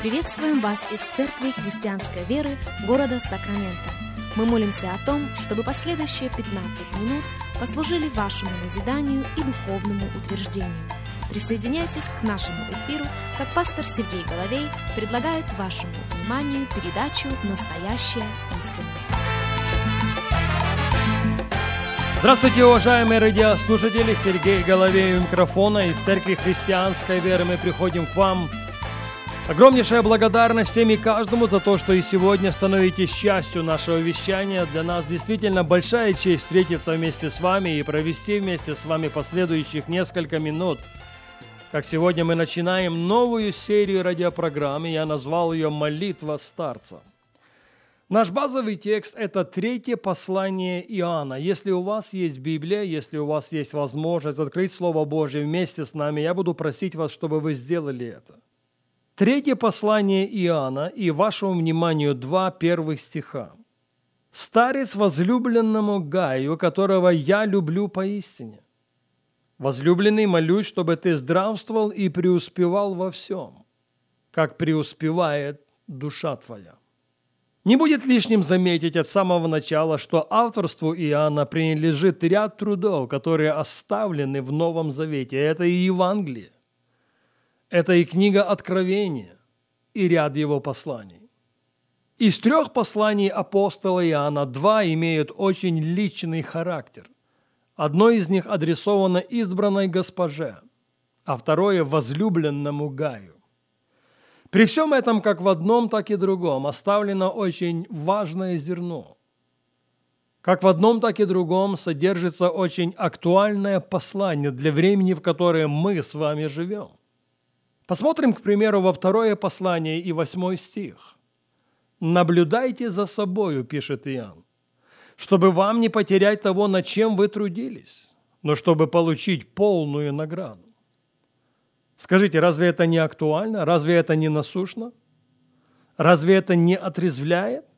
Приветствуем вас из Церкви Христианской Веры города Сакраменто. Мы молимся о том, чтобы последующие 15 минут послужили вашему назиданию и духовному утверждению. Присоединяйтесь к нашему эфиру, как пастор Сергей Головей предлагает вашему вниманию передачу «Настоящая истина». Здравствуйте, уважаемые радиослушатели! Сергей Головей у микрофона. Из Церкви Христианской Веры мы приходим к вам. Огромнейшая благодарность всем и каждому за то, что и сегодня становитесь частью нашего вещания. Для нас действительно большая честь встретиться вместе с вами и провести вместе с вами последующих несколько минут. Как сегодня мы начинаем новую серию радиопрограмм, я назвал ее «Молитва старца». Наш базовый текст – это 3 послание Иоанна. Если у вас есть Библия, если у вас есть возможность открыть Слово Божье вместе с нами, я буду просить вас, чтобы вы сделали это. 3 послание Иоанна и вашему вниманию 2 первых стиха. «Старец возлюбленному Гаю, которого я люблю поистине. Возлюбленный, молюсь, чтобы ты здравствовал и преуспевал во всем, как преуспевает душа твоя». Не будет лишним заметить от самого начала, что авторству Иоанна принадлежит ряд трудов, которые оставлены в Новом Завете. Это и Евангелие, это и книга Откровения, и ряд его посланий. Из 3 посланий апостола Иоанна 2 имеют очень личный характер. Одно из них адресовано избранной госпоже, а второе – возлюбленному Гаю. При всем этом, как в одном, так и в другом, оставлено очень важное зерно. Как в одном, так и в другом содержится очень актуальное послание для времени, в которое мы с вами живем. Посмотрим, к примеру, во 2 послание и 8 стих. «Наблюдайте за собою, – пишет Иоанн, – чтобы вам не потерять того, над чем вы трудились, но чтобы получить полную награду». Скажите, разве это не актуально? Разве это не насущно? Разве это не отрезвляет?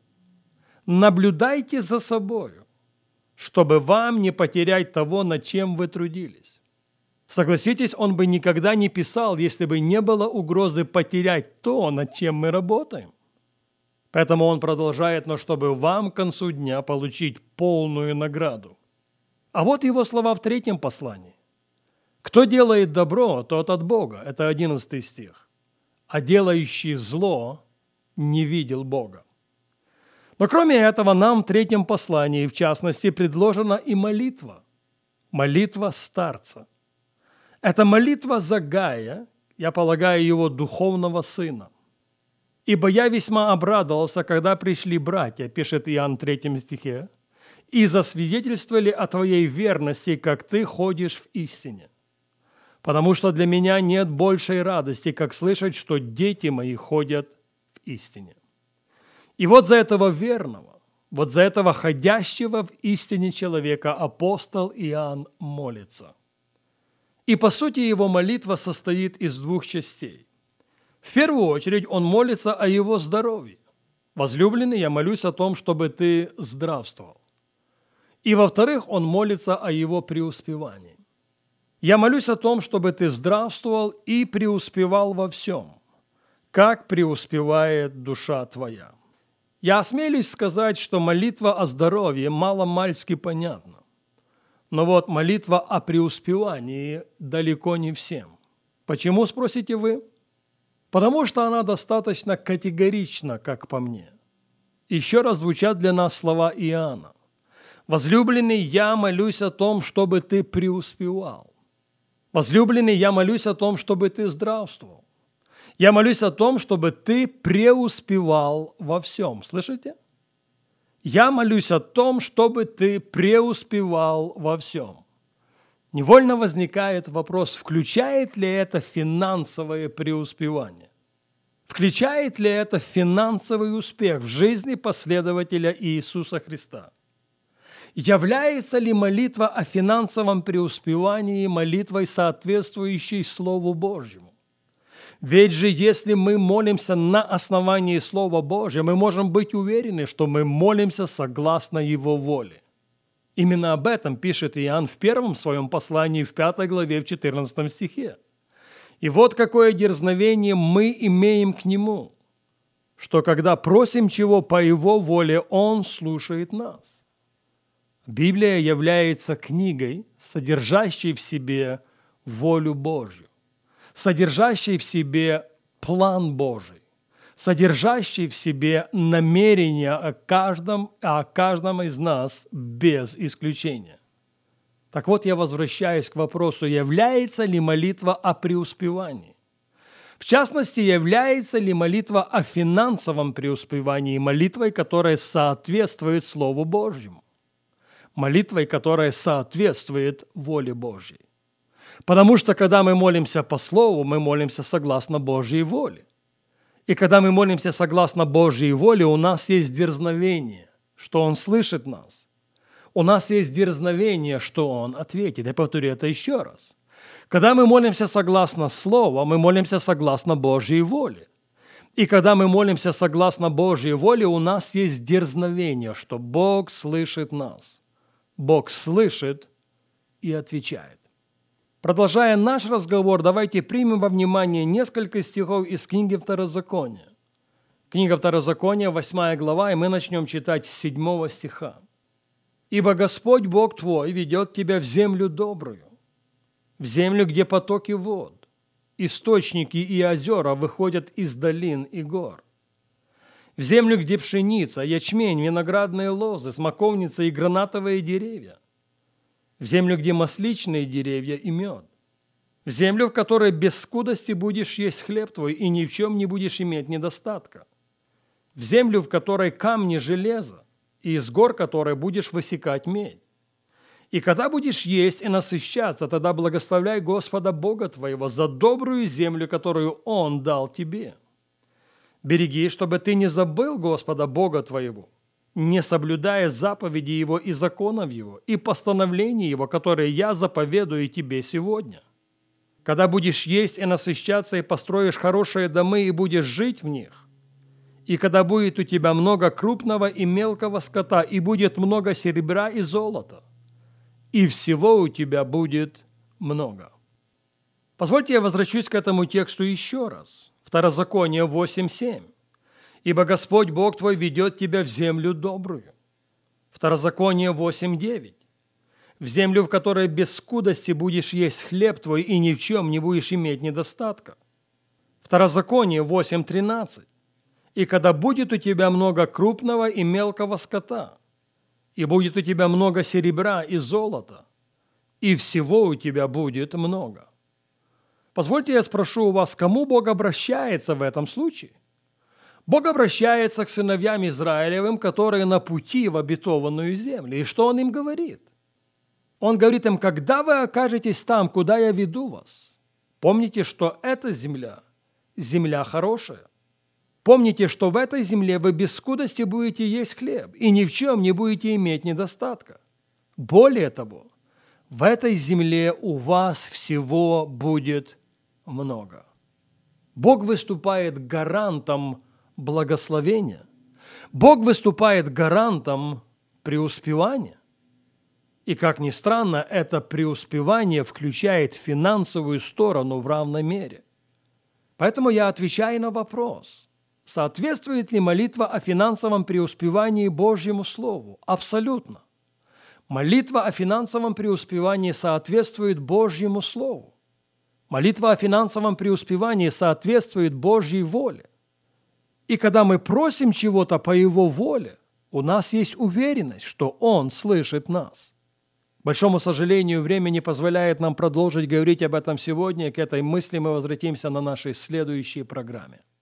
Наблюдайте за собою, чтобы вам не потерять того, над чем вы трудились. Согласитесь, он бы никогда не писал, если бы не было угрозы потерять то, над чем мы работаем. Поэтому он продолжает, но чтобы вам к концу дня получить полную награду. А вот его слова в 3 послании. «Кто делает добро, тот от Бога». Это 11 стих. «А делающий зло не видел Бога». Но кроме этого, нам в 3 послании, в частности, предложена и молитва. Молитва старца. Это молитва за Гая, я полагаю, его духовного сына. «Ибо я весьма обрадовался, когда пришли братья», пишет Иоанн в 3 стихе, «и засвидетельствовали о твоей верности, как ты ходишь в истине. Потому что для меня нет большей радости, как слышать, что дети мои ходят в истине». И вот за этого верного, вот за этого ходящего в истине человека апостол Иоанн молится. И по сути его молитва состоит из 2 частей. В первую очередь он молится о его здоровье. «Возлюбленный, я молюсь о том, чтобы ты здравствовал». И во-вторых, он молится о его преуспевании. «Я молюсь о том, чтобы ты здравствовал и преуспевал во всем, как преуспевает душа твоя». Я осмелюсь сказать, что молитва о здоровье мало-мальски понятна. Но вот молитва о преуспевании далеко не всем. Почему, спросите вы? Потому что она достаточно категорична, как по мне. Еще раз звучат для нас слова Иоанна. «Возлюбленный, я молюсь о том, чтобы ты преуспевал. Возлюбленный, я молюсь о том, чтобы ты здравствовал. Я молюсь о том, чтобы ты преуспевал во всем». Слышите? «Я молюсь о том, чтобы ты преуспевал во всем». Невольно возникает вопрос, включает ли это финансовое преуспевание? Включает ли это финансовый успех в жизни последователя Иисуса Христа? Является ли молитва о финансовом преуспевании молитвой, соответствующей Слову Божьему? Ведь же, если мы молимся на основании Слова Божьего, мы можем быть уверены, что мы молимся согласно Его воле. Именно об этом пишет Иоанн в 1 своем послании, в 5 главе, в 14 стихе. «И вот какое дерзновение мы имеем к Нему, что когда просим чего по Его воле, Он слушает нас. Библия является книгой, содержащей в себе волю Божью, содержащей в себе план Божий, содержащий в себе намерение о каждом из нас без исключения. Так вот, я возвращаюсь к вопросу, является ли молитва о преуспевании? В частности, является ли молитва о финансовом преуспевании молитвой, которая соответствует Слову Божьему? Молитвой, которая соответствует воле Божьей. Потому что, когда мы молимся по Слову, мы молимся согласно Божьей воле. И когда мы молимся согласно Божьей воле, у нас есть дерзновение, что Он слышит нас. У нас есть дерзновение, что Он ответит. Я повторю это еще раз. Когда мы молимся согласно Слову, мы молимся согласно Божьей воле. И когда мы молимся согласно Божьей воле, у нас есть дерзновение, что Бог слышит нас. Бог слышит и отвечает. Продолжая наш разговор, давайте примем во внимание несколько стихов из книги Второзакония. Книга Второзакония, 8 глава, и мы начнем читать с 7 стиха. «Ибо Господь Бог твой ведет тебя в землю добрую, в землю, где потоки вод, источники и озера выходят из долин и гор, в землю, где пшеница, ячмень, виноградные лозы, смоковница и гранатовые деревья, в землю, где масличные деревья и мед, в землю, в которой без скудости будешь есть хлеб твой и ни в чем не будешь иметь недостатка, в землю, в которой камни железа, и из гор которой будешь высекать медь. И когда будешь есть и насыщаться, тогда благословляй Господа Бога твоего за добрую землю, которую Он дал тебе. Береги, чтобы ты не забыл Господа Бога твоего, не соблюдая заповеди Его и законов Его, и постановлений Его, которые я заповедую тебе сегодня. Когда будешь есть и насыщаться, и построишь хорошие дома, и будешь жить в них, и когда будет у тебя много крупного и мелкого скота, и будет много серебра и золота, и всего у тебя будет много». Позвольте, я возвращусь к этому тексту еще раз. Второзаконие 8:7. «Ибо Господь Бог твой ведет тебя в землю добрую». Второзаконие 8:9. «В землю, в которой без скудости будешь есть хлеб твой, и ни в чем не будешь иметь недостатка». Второзаконие 8:13. «И когда будет у тебя много крупного и мелкого скота, и будет у тебя много серебра и золота, и всего у тебя будет много». Позвольте, я спрошу у вас, кому Бог обращается в этом случае? Бог обращается к сыновьям Израилевым, которые на пути в обетованную землю. И что Он им говорит? Он говорит им: когда вы окажетесь там, куда я веду вас, помните, что эта земля – земля хорошая. Помните, что в этой земле вы без скудости будете есть хлеб и ни в чем не будете иметь недостатка. Более того, в этой земле у вас всего будет много. Бог выступает гарантом благословения. Бог выступает гарантом преуспевания. И, как ни странно, это преуспевание включает финансовую сторону в равной мере. Поэтому я отвечаю на вопрос: соответствует ли молитва о финансовом преуспевании Божьему Слову? Абсолютно. Молитва о финансовом преуспевании соответствует Божьему Слову. Молитва о финансовом преуспевании соответствует Божьей воле. И когда мы просим чего-то по Его воле, у нас есть уверенность, что Он слышит нас. К большому сожалению, время не позволяет нам продолжить говорить об этом сегодня, и к этой мысли мы возвратимся на нашей следующей программе.